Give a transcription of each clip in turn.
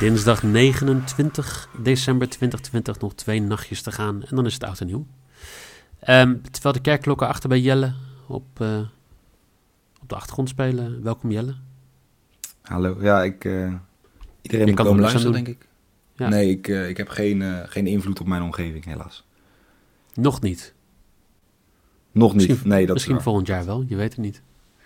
Dinsdag 29 december 2020, nog 2 nachtjes te gaan en dan is het oud en nieuw. Terwijl de kerkklokken achter bij Jelle op de achtergrond spelen. Welkom Jelle. Hallo, ja, iedereen Je moet kan komen er niks aan luisteren, doen. denk ik. Ja. Nee, ik heb geen invloed op mijn omgeving, helaas. Nog niet. Nog niet, Misschien, nee, dat misschien is waar. volgend jaar wel, je weet het niet.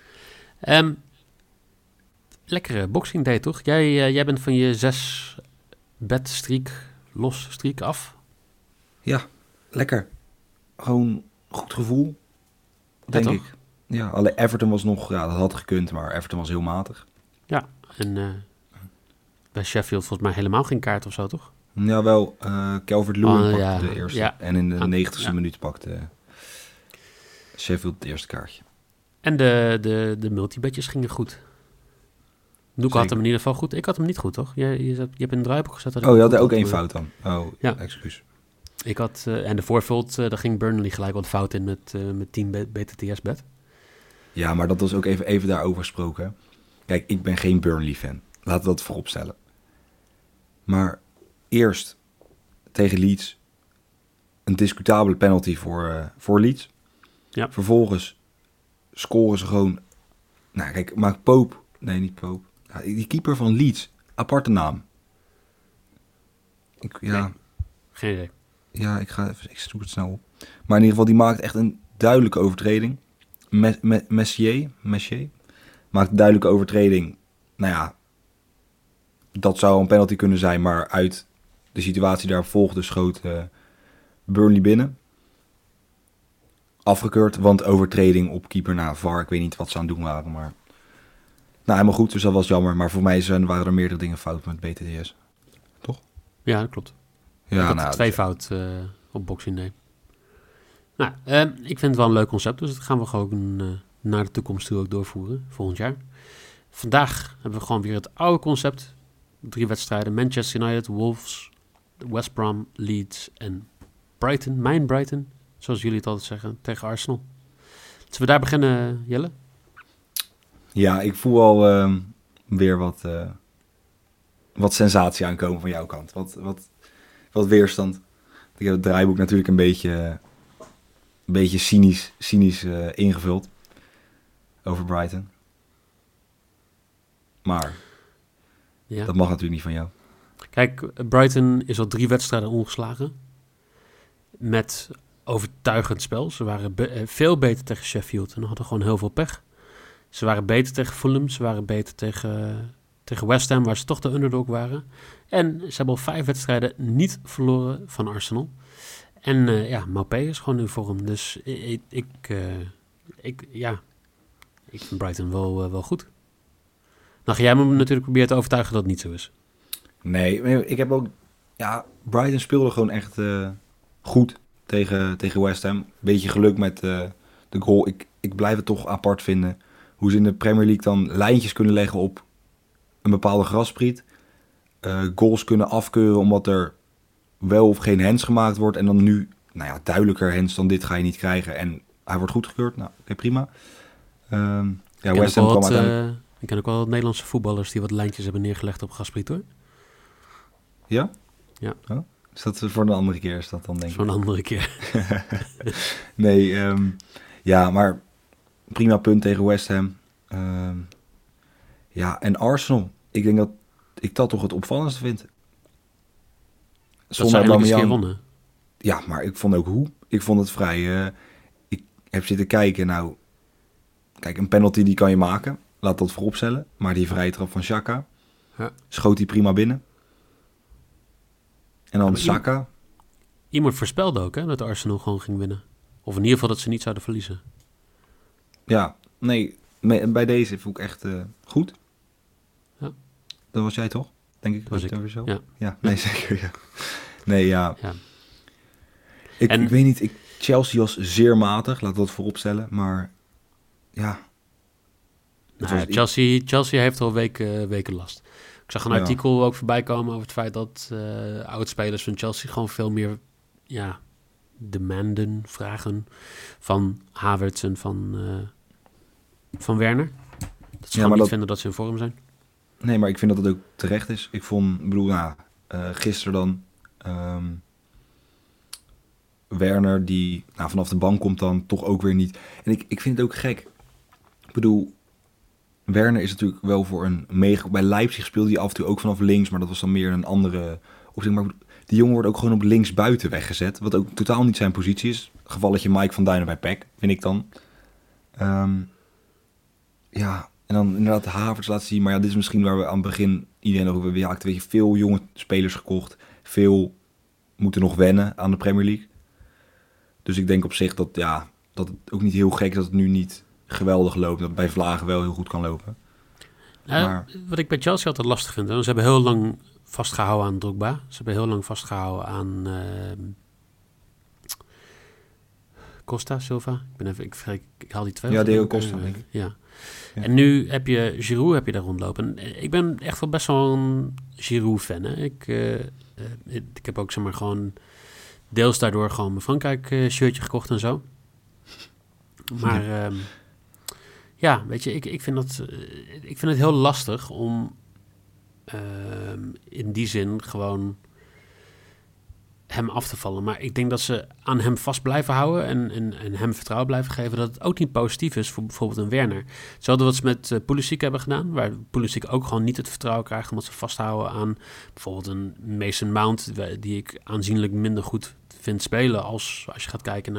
Lekkere boxing day, toch? Jij bent van je 6 bed streak af. Ja, lekker. Gewoon goed gevoel, denk toch? ik. Ja, alleen Everton was nog, ja, dat had gekund, maar Everton was heel matig. Ja, en bij Sheffield volgens mij helemaal geen kaart of zo, toch? Ja, wel, Calvert-Lewin pakte ja, de eerste. ja. En in de 90ste ja. minuut pakte Sheffield het eerste kaartje. En de multibetjes gingen goed. Noeke had Zeker. hem in ieder geval goed. Ik had hem niet goed, toch? Je hebt een draaiboek gezet. Dat ik Oh, je hem had er goed ook had. één fout dan. Oh, Ja. excuus. Ik had, en de voorvult, daar ging Burnley gelijk wat fout in met 10 BTTS-bet. Ja, maar dat was ook even daarover gesproken. Hè. Kijk, ik ben geen Burnley-fan. Laten we dat voorop stellen. Maar eerst tegen Leeds een discutabele penalty voor Leeds. Ja. Vervolgens scoren ze gewoon... Nou, kijk, maak Pope... Nee, niet Pope. Ja, die keeper van Leeds. Aparte naam. Nee. Geen idee. Ja, ik zoek het snel op. Maar in ieder geval, die maakt echt een duidelijke overtreding. Messier maakt een duidelijke overtreding. Nou ja, dat zou een penalty kunnen zijn, maar uit de situatie daar volgde schoot Burnley binnen. Afgekeurd, want overtreding op keeper na VAR. Ik weet niet wat ze aan het doen waren, maar... Nou, helemaal goed, dus dat was jammer. Maar voor mij waren er meerdere dingen fout met BTTS. Toch? Ja, dat klopt. Ja, ik had 2 fout op Boxing Day. Nou, ik vind het wel een leuk concept, dus dat gaan we gewoon naar de toekomst toe ook doorvoeren, volgend jaar. Vandaag hebben we gewoon weer het oude concept. 3 wedstrijden, Manchester United, Wolves, West Brom, Leeds en Brighton. Mijn Brighton, zoals jullie het altijd zeggen, tegen Arsenal. Zullen we daar beginnen, Jelle? Ja, ik voel al weer wat sensatie aankomen van jouw kant. Wat weerstand. Ik heb het draaiboek natuurlijk een beetje cynisch ingevuld over Brighton. Maar Ja. dat mag natuurlijk niet van jou. Kijk, Brighton is al 3 wedstrijden ongeslagen. Met overtuigend spel. Ze waren veel beter tegen Sheffield en hadden gewoon heel veel pech. Ze waren beter tegen Fulham. Ze waren beter tegen West Ham, waar ze toch de underdog waren. En ze hebben al 5 wedstrijden niet verloren van Arsenal. En Maupay is gewoon in vorm. Dus ik vind Brighton wel goed. Nou ga jij me natuurlijk proberen te overtuigen dat het niet zo is. Nee, ik heb ook... Ja, Brighton speelde gewoon echt goed tegen West Ham. Beetje geluk met de goal. Ik blijf het toch apart vinden hoe ze in de Premier League dan lijntjes kunnen leggen op een bepaalde graspriet. Goals kunnen afkeuren omdat er wel of geen hands gemaakt wordt. En dan nu, nou ja, duidelijker hands dan dit ga je niet krijgen. En hij wordt goedgekeurd. Nou, oké, prima. West Ham kwam uiteindelijk... Ik ken ook wel wat Nederlandse voetballers die wat lijntjes hebben neergelegd op graspriet, hoor. Ja? Ja. Oh, is dat voor een andere keer? Is dat dan denk ik? Voor een andere keer. Nee, ja, maar prima punt tegen West Ham. Ja, en Arsenal. Ik denk dat ik dat toch het opvallendste vind. Dat ze eigenlijk eens gewonnen. Ja, maar ik vond ook hoe. Ik vond het vrij... ik heb zitten kijken. Nou, kijk, een penalty die kan je maken. Laat dat vooropstellen. Maar die vrije trap van Xhaka... Ja. Schoot hij prima binnen. En dan Saka. Iemand voorspelde ook, hè, dat Arsenal gewoon ging winnen. Of in ieder geval dat ze niet zouden verliezen. Ja, nee. Bij deze voel ik echt goed. Ja. Dat was jij toch? Denk ik. Was ik. Zo? Ja. Ja, nee, zeker. Ja. Nee, ja. Ja. Ik weet niet. Chelsea was zeer matig. Laat dat vooropstellen. Maar ja. Nou, Chelsea heeft al weken last. Ik zag een artikel ook voorbij komen over het feit dat oudspelers van Chelsea gewoon veel meer vragen van Havertz en van Werner. Dat ze gewoon niet vinden dat ze in vorm zijn. Nee, maar ik vind dat het ook terecht is. Ik bedoel, gisteren dan... Werner, die vanaf de bank komt dan toch ook weer niet. En ik vind het ook gek. Ik bedoel, Werner is natuurlijk wel voor een bij Leipzig speelde hij af en toe ook vanaf links, maar dat was dan meer een andere opzet. Maar die jongen wordt ook gewoon op links buiten weggezet, wat ook totaal niet zijn positie is. Gevalletje Mike van Duinen bij PEC, vind ik dan. Ja, en dan inderdaad de Havertz laten zien. Maar ja, dit is misschien waar we aan het begin iedereen over hebben. Ja, weet je, veel jonge spelers gekocht. Veel moeten nog wennen aan de Premier League. Dus ik denk op zich dat het ook niet heel gek is dat het nu niet geweldig loopt. Dat het bij Vlagen wel heel goed kan lopen. Maar... Wat ik bij Chelsea altijd lastig vind. Ze hebben heel lang vastgehouden aan Drogba. Ze hebben heel lang vastgehouden aan Costa, Silva. Ik haal die twee. Ja, Diego Costa, denk ik. Ja. En nu heb je Giroud daar rondlopen. Ik ben echt wel best wel een Giroud-fan. Hè? Ik heb ook zeg maar gewoon deels daardoor gewoon mijn Frankrijk-shirtje gekocht en zo. Maar weet je, ik vind het heel lastig om in die zin gewoon hem af te vallen. Maar ik denk dat ze aan hem vast blijven houden en hem vertrouwen blijven geven, dat het ook niet positief is voor bijvoorbeeld een Werner. Ze hadden wat ze met Pulisic hebben gedaan, waar Pulisic ook gewoon niet het vertrouwen krijgt omdat ze vasthouden aan bijvoorbeeld een Mason Mount, die ik aanzienlijk minder goed vind spelen als je gaat kijken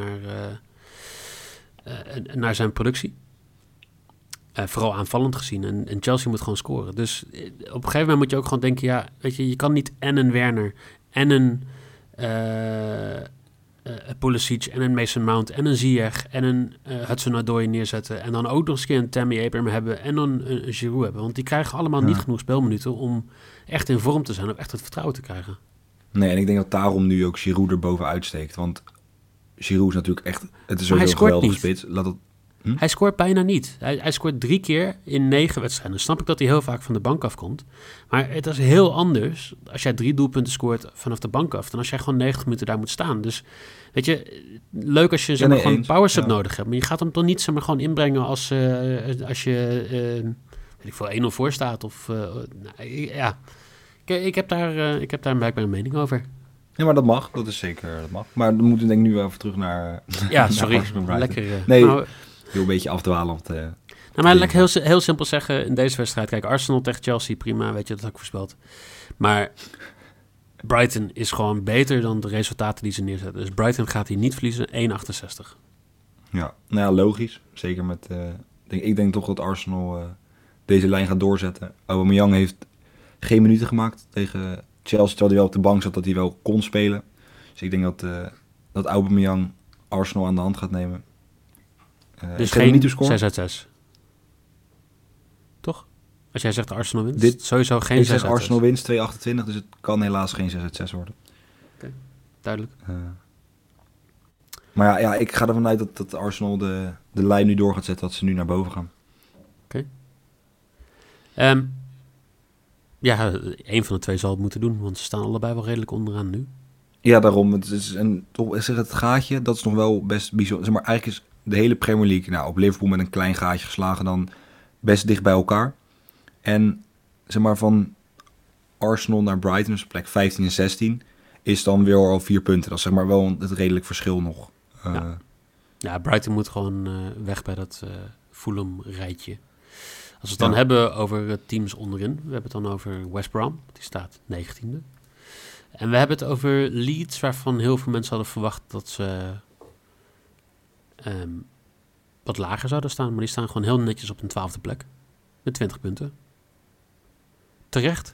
naar zijn productie. Vooral aanvallend gezien. En Chelsea moet gewoon scoren. Dus op een gegeven moment moet je ook gewoon denken, ja, weet je kan niet en een Werner en een Pulisic en een Mason Mount en een Ziyech en een Hudson-Odoi neerzetten en dan ook nog eens een keer een Tammy Abraham hebben en dan een Giroud hebben. Want die krijgen allemaal niet genoeg speelminuten om echt in vorm te zijn of echt het vertrouwen te krijgen. Nee, en ik denk dat daarom nu ook Giroud er bovenuit steekt. Want Giroud is natuurlijk echt... Het is sowieso een geweldige spits. Hij scoort bijna niet. Hij scoort 3 keer in 9 wedstrijden. Dan snap ik dat hij heel vaak van de bank afkomt. Maar het is heel anders als jij 3 doelpunten scoort vanaf de bank af... dan als jij gewoon 90 minuten daar moet staan. Dus weet je, leuk als je gewoon een power-sub nodig hebt. Maar je gaat hem toch niet gewoon inbrengen als je weet ik veel, 1-0 voor staat. Ik heb daar blijkbaar een mening over. Ja, maar dat mag. Dat is zeker, dat mag. Maar dan moeten we denk ik nu wel even terug naar... Ja, sorry. Lekker... nee, heel een beetje afdwalen. Maar laat ik heel simpel zeggen, in deze wedstrijd... Kijk, Arsenal tegen Chelsea, prima, weet je, dat heb ik voorspeld. Maar Brighton is gewoon beter dan de resultaten die ze neerzetten. Dus Brighton gaat hier niet verliezen, 1,68. Ja, nou ja, logisch. Zeker met... ik denk toch dat Arsenal deze lijn gaat doorzetten. Aubameyang heeft geen minuten gemaakt tegen Chelsea, terwijl hij wel op de bank zat, dat hij wel kon spelen. Dus ik denk dat Aubameyang Arsenal aan de hand gaat nemen. Dus geen 6 uit 6. Toch? Als jij zegt Arsenal wint, sowieso geen 6 uit 6. Arsenal wint 2,28, dus het kan helaas geen 6 uit 6 worden. Oké, duidelijk. Maar ja, ik ga ervan uit dat Arsenal de lijn nu door gaat zetten, dat ze nu naar boven gaan. Oké. Ja, een van de twee zal het moeten doen, want ze staan allebei wel redelijk onderaan nu. Ja, daarom. Het is het gaatje, dat is nog wel best bijzonder. Zeg maar, eigenlijk is de hele Premier League op Liverpool met een klein gaatje geslagen dan best dicht bij elkaar. En zeg maar van Arsenal naar Brighton, dus plek 15 en 16, is dan weer al 4 punten. Dat is zeg maar wel het redelijk verschil nog. Ja, Brighton moet gewoon weg bij dat Fulham-rijtje. Als we het dan hebben over teams onderin, we hebben het dan over West Brom, die staat 19e. En we hebben het over Leeds, waarvan heel veel mensen hadden verwacht dat ze wat lager zouden staan. Maar die staan gewoon heel netjes op een 12e plek. Met 20 punten. Terecht.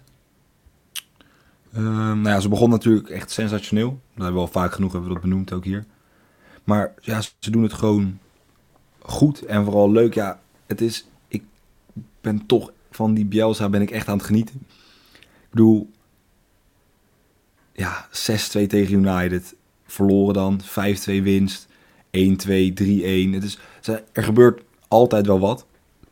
Ze begon natuurlijk echt sensationeel. Dat hebben we al vaak genoeg hebben we dat benoemd ook hier. Maar ja, ze doen het gewoon goed en vooral leuk. Ja, ik ben toch van die Bielsa ben ik echt aan het genieten. Ik bedoel, ja, 6-2 tegen United. Verloren dan, 5-2 winst. 1-2, 3-1. Er gebeurt altijd wel wat.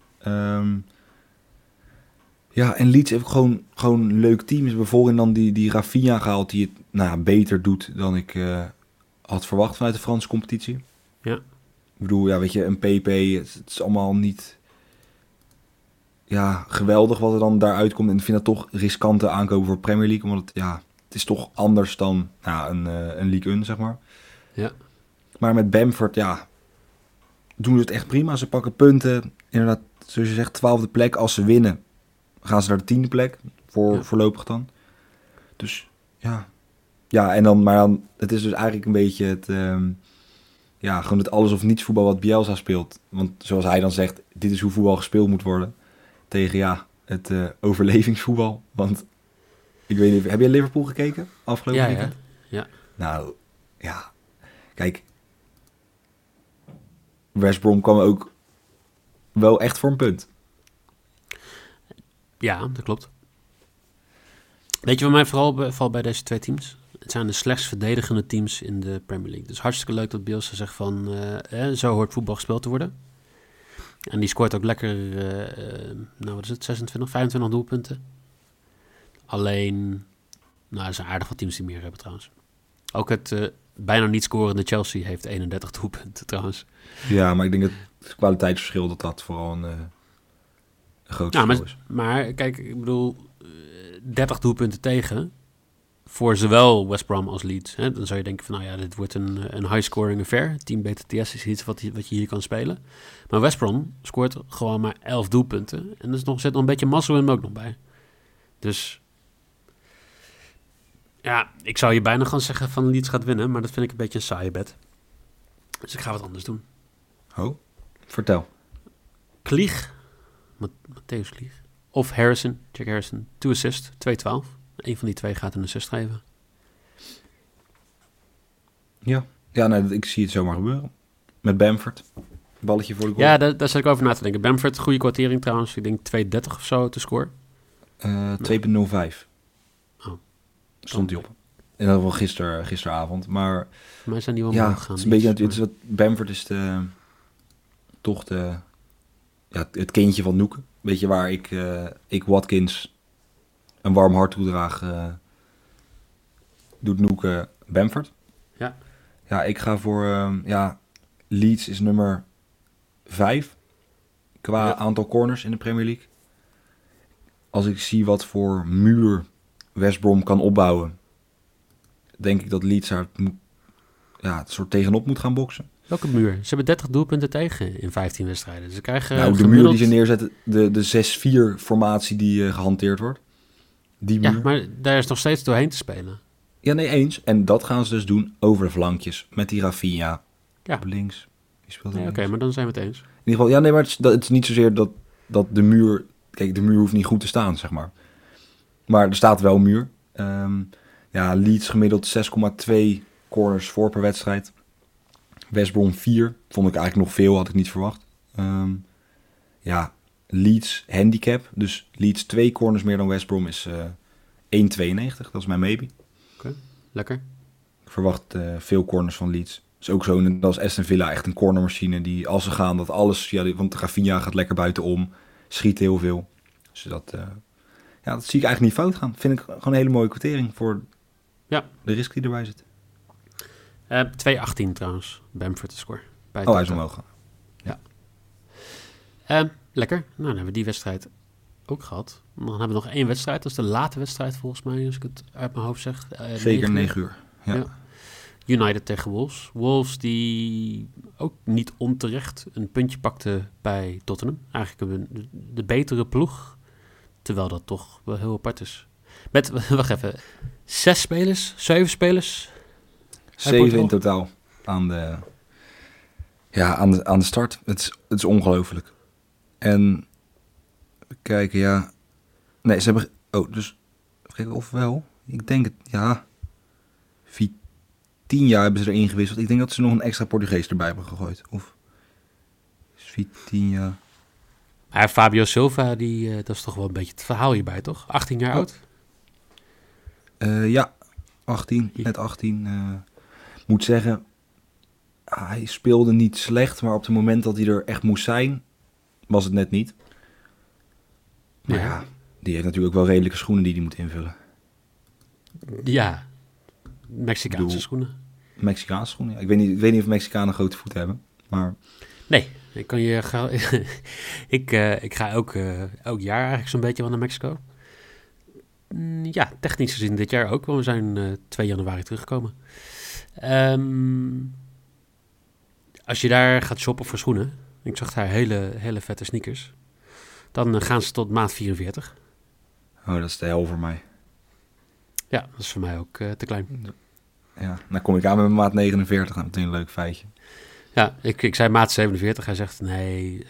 Ja, en Leeds heeft gewoon een leuk team. Ze hebben voorin dan die Rafinha gehaald, die het beter doet dan ik had verwacht vanuit de Franse competitie. Ja. Ik bedoel, ja, weet je, een PP, het is allemaal niet... geweldig wat er dan daaruit komt. En ik vind dat toch riskante aankopen voor Premier League. Omdat het is toch anders dan een League 1, zeg maar. Ja. Maar met Bamford, doen ze het echt prima. Ze pakken punten. Inderdaad, zoals je zegt, 12e plek. Als ze winnen, gaan ze naar de 10e plek. Voorlopig dan. Dus ja, en dan, maar dan, het is dus eigenlijk een beetje het, gewoon het alles of niets voetbal wat Bielsa speelt. Want zoals hij dan zegt, dit is hoe voetbal gespeeld moet worden. Tegen, het overlevingsvoetbal. Want, ik weet niet, heb je Liverpool gekeken afgelopen weekend? Ja. Nou, kijk, West Brom kwam ook wel echt voor een punt. Ja, dat klopt. Weet je wat mij vooral bevalt bij deze twee teams? Het zijn de slechtst verdedigende teams in de Premier League. Dus hartstikke leuk dat Bielsa zegt van... zo hoort voetbal gespeeld te worden. En die scoort ook lekker... wat is het? 26, 25 doelpunten. Alleen... er zijn aardig wat teams die meer hebben trouwens. Ook het bijna niet scorende Chelsea heeft 31 doelpunten trouwens. Ja, maar ik denk dat het kwaliteitsverschil dat vooral een groot verschil is. Maar kijk, ik bedoel... 30 doelpunten tegen... voor zowel West Brom als Leeds. Hè? Dan zou je denken van, dit wordt een high-scoring affair. Team BTTS is iets wat je hier kan spelen. Maar West Brom scoort gewoon maar 11 doelpunten. En er zit nog een beetje mazzel in hem ook nog bij. Dus... ik zou je bijna gaan zeggen van Leeds gaat winnen. Maar dat vind ik een beetje een saaie bet. Dus ik ga wat anders doen. Oh, vertel. Klieg. Matthäus Klieg. Of Harrison. Jack Harrison. 2 assist. 2-12. Eén van die twee gaat een assist geven. Ja, ik zie het zomaar gebeuren. Met Bamford. Balletje voor de goal. Ja, daar zat ik over na te denken. Bamford, goede kwartering trouwens. Ik denk 2,30 of zo te scoren. 2,05. Oh. Stond hij op. En dat was gisteravond. Maar mij zijn die wel omhoog gegaan. Het is een beetje, Bamford is toch het kindje van Noeken. Weet je waar ik Watkins een warm hart toedraag, doet Noeken Bamford. Ja. Ja, ik ga voor... Leeds is nummer 5 qua aantal corners in de Premier League. Als ik zie wat voor muur West Brom kan opbouwen, denk ik dat Leeds daar het soort tegenop moet gaan boksen. Welke muur? Ze hebben 30 doelpunten tegen in 15 wedstrijden. Ze krijgen de muur die ze neerzetten, de 6-4 formatie die gehanteerd wordt. Die muur. Ja, maar daar is nog steeds doorheen te spelen. Ja, nee, eens. En dat gaan ze dus doen over de flankjes. Met die Rafinha op links. Die speelt Oké, maar dan zijn we het eens. In ieder geval, maar het is niet zozeer dat de muur... Kijk, de muur hoeft niet goed te staan, zeg maar. Maar er staat wel een muur. Leeds gemiddeld 6,2 corners voor per wedstrijd. West Brom 4. Vond ik eigenlijk nog veel, had ik niet verwacht. Leeds handicap. Dus Leeds 2 corners meer dan West Brom is 1,92. Dat is mijn maybe. Oké, lekker. Ik verwacht veel corners van Leeds. Is ook zo, net als Aston Villa, echt een cornermachine die als ze gaan, dat alles... want de Rafinha gaat lekker buitenom. Schiet heel veel. Dus dat zie ik eigenlijk niet fout gaan. Vind ik gewoon een hele mooie kwartering voor de risk die erbij zit. 2,18 trouwens, Bamford te score. Hij is omhoog gaan. Ja. Lekker. Nou, dan hebben we die wedstrijd ook gehad. Dan hebben we nog 1 wedstrijd. Dat is de late wedstrijd volgens mij, als ik het uit mijn hoofd zeg. Zeker 9 uur. Ja. United tegen Wolves. Wolves die ook niet onterecht een puntje pakte bij Tottenham. Eigenlijk de betere ploeg. Terwijl dat toch wel heel apart is. Met, wacht even, 6 spelers, 7 spelers? 7 in totaal aan de start. Het is ongelooflijk. En kijken, nee, ze hebben... dus... Kijken of wel. Ik denk het, 10 jaar hebben ze erin gewisseld. Ik denk dat ze nog een extra Portugees erbij hebben gegooid. Of... 10 jaar... Maar Fabio Silva, dat is toch wel een beetje het verhaal hierbij, toch? 18 jaar oud? 18, net 18. Moet zeggen, hij speelde niet slecht, maar op het moment dat hij er echt moest zijn, was het net niet. Maar die heeft natuurlijk wel redelijke schoenen die hij moet invullen. Ja, Mexicaanse schoenen. Mexicaanse schoenen, ja. Ik weet niet of Mexicanen grote voeten hebben, maar... Nee, Ik kan je ik ga elk jaar eigenlijk zo'n beetje wel naar Mexico. Ja, technisch gezien dit jaar ook, want we zijn 2 januari teruggekomen. Als je daar gaat shoppen voor schoenen, ik zag daar hele vette sneakers, dan gaan ze tot maat 44. Oh, dat is de hel voor mij. Ja, dat is voor mij ook te klein. Ja, dan kom ik aan met mijn maat 49. Nou, meteen een leuk feitje. Ja, ik zei maat 47. Hij zegt, nee,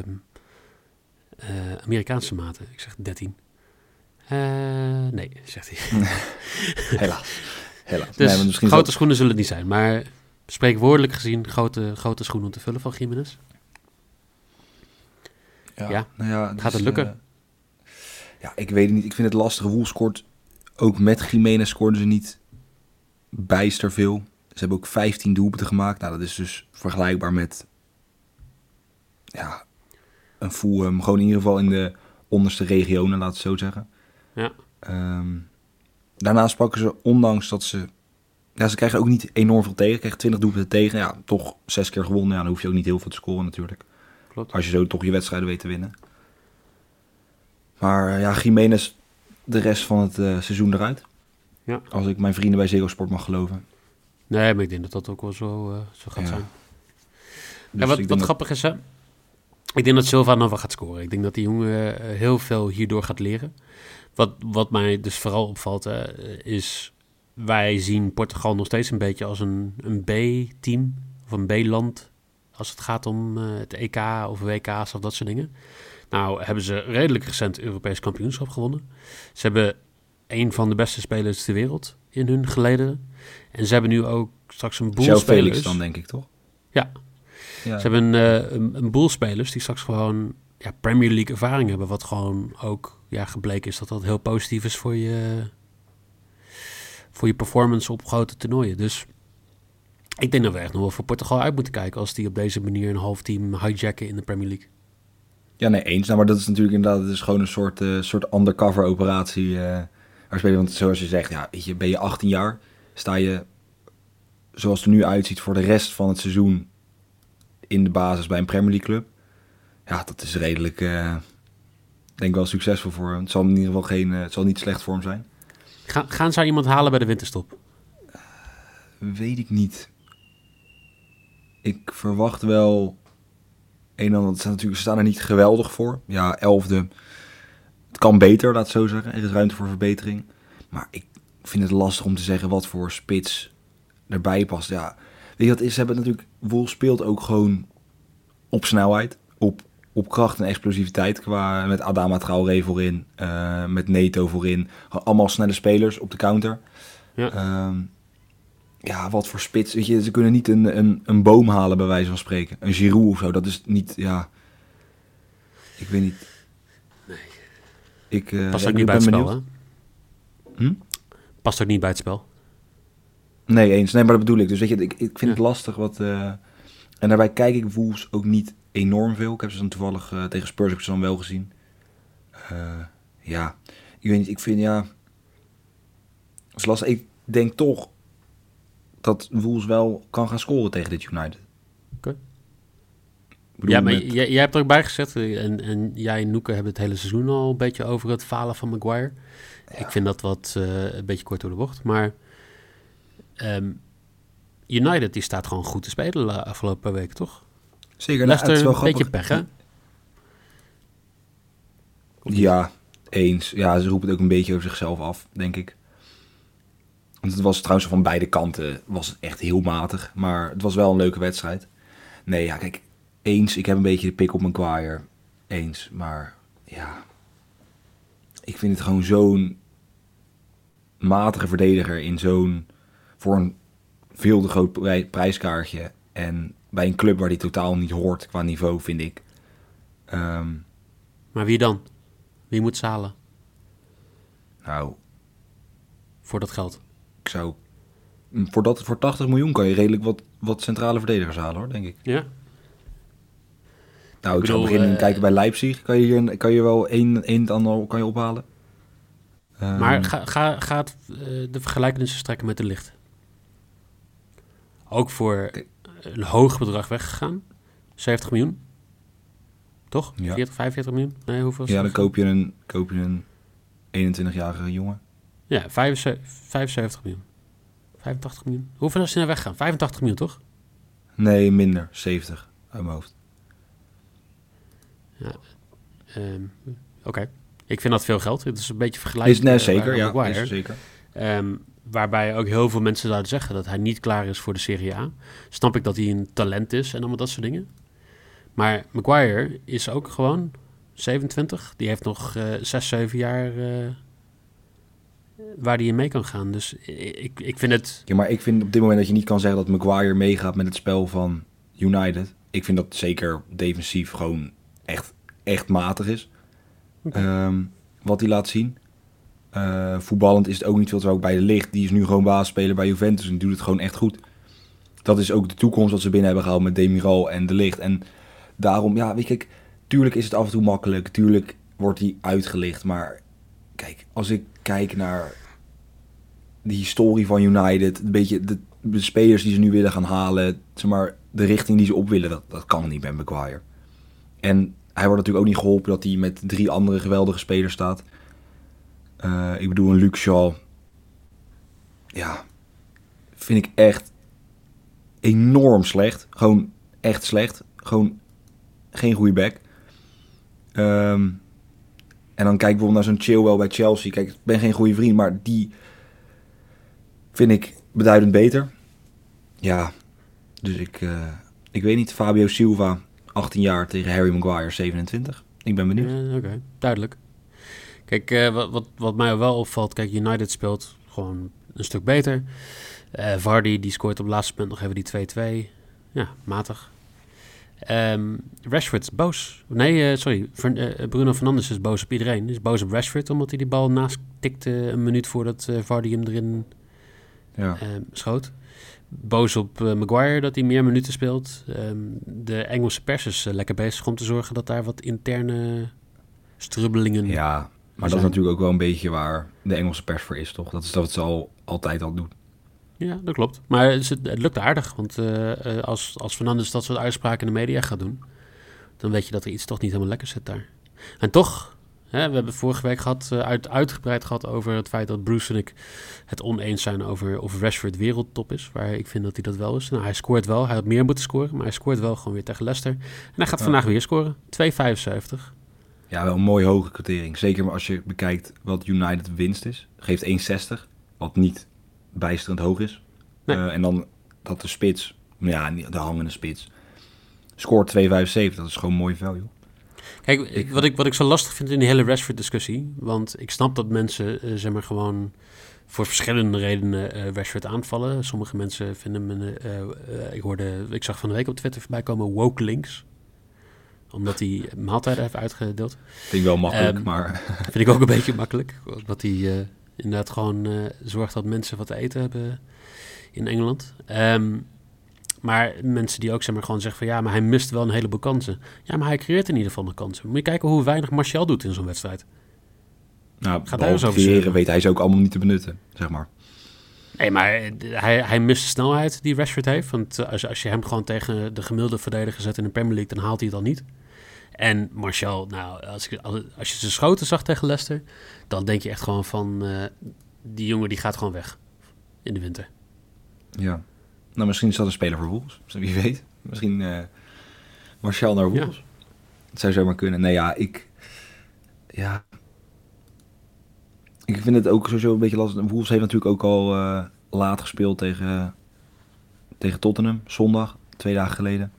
Amerikaanse maten. Ik zeg 13. Nee, zegt hij. Helaas. Dus Nee, maar misschien grote schoenen zullen het niet zijn. Maar spreekwoordelijk gezien grote schoenen om te vullen van Gimenez. Ja, nou ja, gaat het lukken? Ja, ik weet het niet. Ik vind het lastig. Wolves scoort ook met Gimenez scoorden ze niet bijster veel. Ze hebben ook 15 doelpunten gemaakt. Nou, dat is dus vergelijkbaar met een Fulham. Gewoon in ieder geval in de onderste regionen, laat het zo zeggen. Ja. Daarnaast pakken ze, ondanks dat ze... Ja, ze krijgen ook niet enorm veel tegen. Ze krijgen 20 doelpunten tegen. Ja, toch 6 keer gewonnen. Ja, dan hoef je ook niet heel veel te scoren natuurlijk. Klopt. Als je zo toch je wedstrijden weet te winnen. Maar Gimenez de rest van het seizoen eruit. Ja. Als ik mijn vrienden bij Ziggo Sport mag geloven. Nee, maar ik denk dat dat ook wel zo gaat zijn. Dus en wat grappig is, hè? Ik denk dat Silva nog wel gaat scoren. Ik denk dat die jongen heel veel hierdoor gaat leren. Wat mij dus vooral opvalt, is... Wij zien Portugal nog steeds een beetje als een B-team of een B-land als het gaat om het EK of WK's of dat soort dingen. Nou hebben ze redelijk recent Europees kampioenschap gewonnen. Ze hebben een van de beste spelers ter wereld in hun geleden. En ze hebben nu ook straks een boel João spelers. Felix dan, denk ik, toch? Ja. Ze hebben een boel spelers die straks gewoon Premier League ervaring hebben. Wat gewoon ook gebleken is dat heel positief is voor je performance op grote toernooien. Dus ik denk dat we echt nog wel voor Portugal uit moeten kijken als die op deze manier een half team hijacken in de Premier League. Ja, nee, eens. Nou, maar dat is natuurlijk inderdaad, het is gewoon een soort undercover operatie. Waar spelen, want zoals je zegt, weet je, ben je 18 jaar, sta je zoals het er nu uitziet voor de rest van het seizoen in de basis bij een Premier League club. Ja, dat is redelijk, denk ik wel succesvol voor hem. Het zal in ieder geval het zal niet slecht voor hem zijn. Gaan ze iemand halen bij de winterstop? Weet ik niet. Ik verwacht wel... Ze staan er niet geweldig voor. Ja, 11e. Het kan beter, laat het zo zeggen. Er is ruimte voor verbetering. Maar ik vind het lastig om te zeggen wat voor spits erbij past. Ja, weet je wat is? Ze hebben natuurlijk... Wolves speelt ook gewoon op snelheid. Op kracht en explosiviteit. Met Adama Traoré voorin. Met Neto voorin. Allemaal snelle spelers op de counter. Ja. Wat voor spits. Weet je, ze kunnen niet een boom halen bij wijze van spreken. Een Giroud of zo. Dat is niet... Ja. Ik weet niet. Nee. Past ook niet bij het spel, hè? Past ook niet bij het spel. Nee, eens. Nee, maar dat bedoel ik. Dus weet je, ik vind het lastig wat... En daarbij kijk ik Wolves ook niet enorm veel. Ik heb ze dan toevallig tegen Spurs heb ik ze dan wel gezien. Ik weet niet. Ik vind dat is lastig. Ik denk toch dat Wolves wel kan gaan scoren tegen dit United. Oké. Ja, maar jij hebt er ook bij gezet. En jij en Noeke hebben het hele seizoen al een beetje over het falen van Maguire. Ja. Ik vind dat wat een beetje kort door de bocht. Maar United die staat gewoon goed te spelen de afgelopen weken, toch? Zeker. Leicester het is wel een grappig. beetje pech, hè? Ja, eens. Ja, ze roepen het ook een beetje over zichzelf af, denk ik. Want het was trouwens van beide kanten was het echt heel matig. Maar het was wel een leuke wedstrijd. Nee, ja, kijk. Eens, ik heb een beetje de pik op Maguire. Eens, maar ja. Ik vind het gewoon zo'n matige verdediger voor een veel te groot prijskaartje. En bij een club waar die totaal niet hoort qua niveau, vind ik. Maar wie dan? Wie moet zalen? Nou. Voor dat geld? Ik zou... Voor 80 miljoen kan je redelijk wat centrale verdedigers halen, hoor, denk ik. Ja. Nou, ik zou beginnen kijken bij Leipzig. Kan je wel een ander kan je ophalen. Maar ga de vergelijkingen strekken met de Licht. Ook voor een hoog bedrag weggegaan. 70 miljoen. Toch? Ja. 40, 45 miljoen? Nee, hoeveel is Ja, het? dan koop je een 21-jarige jongen. Ja, 75 miljoen. 85 miljoen. Hoeveel is hij naar weggaan? 85 miljoen, toch? Nee, minder. 70 uit mijn hoofd. Oké. Ik vind dat veel geld. Het is een beetje Is, vergelijkbaar nee, met zeker. Ja, Maguire. is zeker. Waarbij ook heel veel mensen zouden zeggen dat hij niet klaar is voor de Serie A. Snap ik dat hij een talent is en allemaal dat soort dingen. Maar Maguire is ook gewoon 27. Die heeft nog 6, 7 jaar waar hij in mee kan gaan. Dus ik vind het... Ja, maar ik vind op dit moment dat je niet kan zeggen dat Maguire meegaat met het spel van United. Ik vind dat zeker defensief gewoon echt matig is. Wat hij laat zien. Voetballend is het ook niet veel, terwijl ook bij de Ligt. Die is nu gewoon basisspeler bij Juventus en doet het gewoon echt goed. Dat is ook de toekomst wat ze binnen hebben gehaald met Demiral en de Ligt. En daarom, ja, weet je, kijk, tuurlijk is het af en toe makkelijk. Tuurlijk wordt hij uitgelicht. Maar kijk, als ik kijk naar de historie van United, een beetje de spelers die ze nu willen gaan halen, zeg maar, de richting die ze op willen, dat kan niet met Maguire. En hij wordt natuurlijk ook niet geholpen dat hij met 3 andere geweldige spelers staat. Ik bedoel, een Luke Shaw. Ja, vind ik echt enorm slecht. Gewoon echt slecht. Gewoon geen goede back. En dan kijk ik bijvoorbeeld naar zo'n Chilwell bij Chelsea. Kijk, ik ben geen goede vriend, maar die vind ik beduidend beter. Ja, dus ik weet niet. Fabio Silva, 18 jaar tegen Harry Maguire, 27. Ik ben benieuwd. Oké, duidelijk. Kijk, wat mij wel opvalt, kijk, United speelt gewoon een stuk beter. Vardy, die scoort op het laatste moment nog even die 2-2. Ja, matig. Rashford is boos. Nee, sorry. Bruno Fernandes is boos op iedereen. Hij is boos op Rashford, omdat hij die bal naast tikte een minuut voordat Vardy hem erin schoot. Boos op Maguire dat hij meer minuten speelt. De Engelse pers is lekker bezig om te zorgen dat daar wat interne strubbelingen... Ja, maar dat is natuurlijk ook wel een beetje waar de Engelse pers voor is, toch? Dat is wat ze altijd al doen. Ja, dat klopt. Maar het lukt aardig. Want als Fernandes dat soort uitspraken in de media gaat doen, dan weet je dat er iets toch niet helemaal lekker zit daar. En toch, we hebben vorige week uitgebreid gehad over het feit dat Bruce en ik het oneens zijn over of Rashford wereldtop is. Waar ik vind dat hij dat wel is. Nou, hij scoort wel. Hij had meer moeten scoren, maar hij scoort wel gewoon weer tegen Leicester. En hij gaat vandaag weer scoren. 2,75. Ja, wel een mooie hoge quotering. Zeker maar als je bekijkt wat United winst is. Geeft 1,60. Wat niet bijsterend hoog is. Nee. En dan dat de spits, ja, de hangende spits, scoort 2,75. Dat is gewoon mooi value. Kijk, wat ik zo lastig vind in die hele Rashford-discussie, want ik snap dat mensen, zeg maar, gewoon voor verschillende redenen Rashford aanvallen. Sommige mensen vinden ik zag van de week op Twitter voorbij komen woke links, omdat hij maaltijden heeft uitgedeeld. Vind ik wel makkelijk, maar... Vind ik ook een beetje makkelijk, omdat hij inderdaad gewoon zorgt dat mensen wat te eten hebben in Engeland. Maar mensen die ook, zeg maar, gewoon zeggen van ja, maar hij mist wel een heleboel kansen. Ja, maar hij creëert in ieder geval nog kansen. Moet je kijken hoe weinig Martial doet in zo'n wedstrijd. Nou, Gaat hij eens over creëren weet hij ze ook allemaal niet te benutten, zeg maar. Nee, maar hij mist de snelheid die Rashford heeft. Want als je hem gewoon tegen de gemiddelde verdediger zet in de Premier League, dan haalt hij het al niet. En Martial, nou, als je zijn schoten zag tegen Leicester, dan denk je echt gewoon van die jongen die gaat gewoon weg in de winter. Ja. Nou, misschien is dat een speler voor Wolves. Wie weet. Misschien Martial naar Wolves. Ja. Het zou zomaar kunnen. Nee, ja, ik vind het ook sowieso een beetje lastig. Wolves heeft natuurlijk ook al laat gespeeld tegen Tottenham. Zondag, 2 dagen geleden.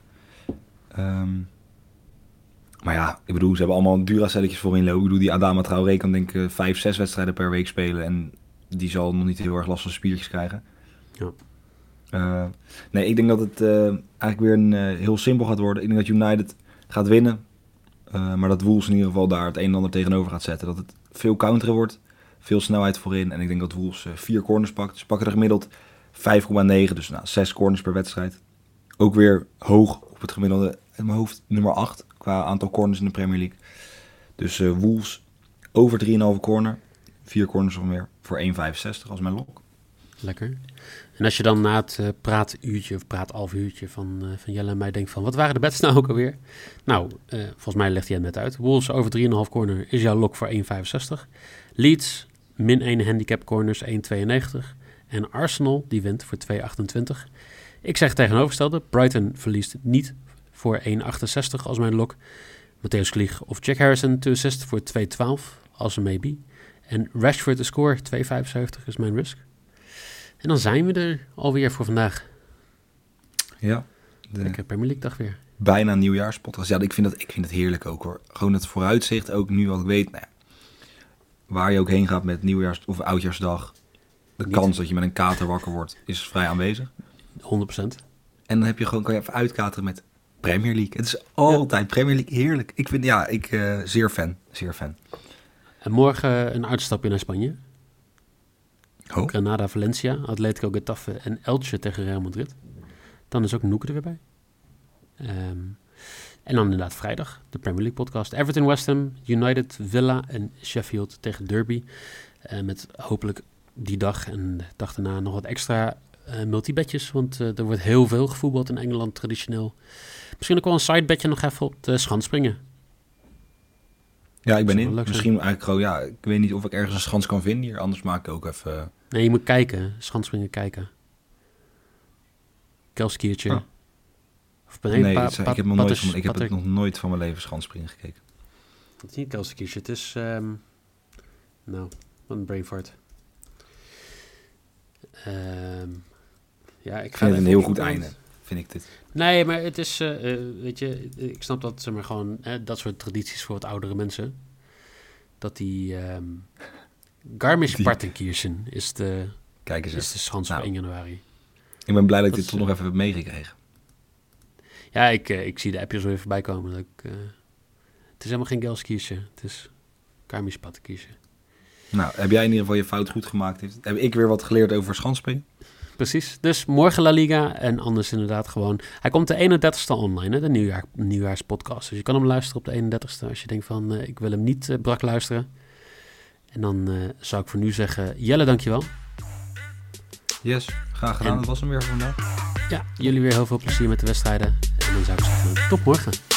Maar ja, ik bedoel, ze hebben allemaal Duracelletjes voorin lopen. Ik bedoel, die Adama Traoré kan denk ik 5, 6 wedstrijden per week spelen. En die zal nog niet heel erg last van spiertjes krijgen. Ja. Nee, ik denk dat het eigenlijk weer heel simpel gaat worden. Ik denk dat United gaat winnen. Maar dat Wolves in ieder geval daar het een en ander tegenover gaat zetten. Dat het veel counteren wordt. Veel snelheid voorin. En ik denk dat Wolves 4 corners pakt. Ze pakken er gemiddeld 5,9. Dus 6 corners per wedstrijd. Ook weer hoog op het gemiddelde. In mijn hoofd nummer 8 qua aantal corners in de Premier League. Dus Wolves over 3,5 corner. 4 corners of meer voor 1,65 als mijn lok. Lekker. En als je dan na het praatuurtje of half uurtje van Jelle en mij denkt van... wat waren de bets nou ook alweer? Nou, volgens mij legt hij het net uit. Wolves over 3,5 corner is jouw lok voor 1,65. Leeds, min 1 handicap corners 1,92. En Arsenal, die wint voor 2,28. Ik zeg tegenovergestelde. Brighton verliest niet voor 1,68 als mijn lok. Matthäus Klieg of Jack Harrison to assist voor 2,12 als een maybe. En Rashford to score 2,75 is mijn risk. En dan zijn we er alweer voor vandaag. Ja. Lekker Premier League dag weer. Bijna nieuwjaarspodcast. Ja, ik vind het heerlijk ook hoor. Gewoon het vooruitzicht, ook nu wat ik weet. Nou ja, waar je ook heen gaat met nieuwjaars- of oudjaarsdag. De kans dat je met een kater wakker wordt is vrij aanwezig. 100%. En dan kan je even uitkateren met Premier League. Het is altijd Premier League heerlijk. Ik vind, zeer fan. Zeer fan. En morgen een uitstapje naar Spanje. Oh. Granada, Valencia, Atletico Getafe en Elche tegen Real Madrid. Dan is ook Noeke er weer bij. En dan inderdaad vrijdag, de Premier League podcast. Everton, West Ham, United, Villa en Sheffield tegen Derby. Met hopelijk die dag en de dag daarna nog wat extra multibetjes. Want er wordt heel veel gevoetbald in Engeland traditioneel. Misschien ook wel een sidebedje nog even op de schans springen. Ja, ik ben in. Misschien eigenlijk gewoon, ik weet niet of ik ergens een schans kan vinden hier. Anders maak ik ook even... Nee, je moet kijken. Schanspringen kijken. Kelskiertje. Oh. Ik heb nog nooit van mijn leven schanspringen gekeken. Het is niet Kelskiertje. Het is... wat een brain fart. Ik vind het een heel goed einde, vind ik dit. Nee, maar het is... weet je, ik snap dat ze maar gewoon... dat soort tradities voor wat oudere mensen... dat die... Garmisch-Partenkirchen is de schans voor 1 januari. Ik ben blij dat ik dit toch nog even heb meegekregen. Ja, ik zie de appjes weer voorbij komen. Het is helemaal geen Gelskirchen. Het is Garmisch-Partenkirchen. Nou, heb jij in ieder geval je fout goed gemaakt? Heb ik weer wat geleerd over schanspringen? Precies. Dus morgen La Liga en anders inderdaad gewoon... Hij komt de 31ste online, hè, de nieuwjaarspodcast. Dus je kan hem luisteren op de 31ste als je denkt van... ik wil hem niet brak luisteren. En dan zou ik voor nu zeggen... Jelle, dankjewel. Yes, graag gedaan. Dat was hem weer voor vandaag. Ja, jullie weer heel veel plezier met de wedstrijden. En dan zou ik zeggen, tot morgen.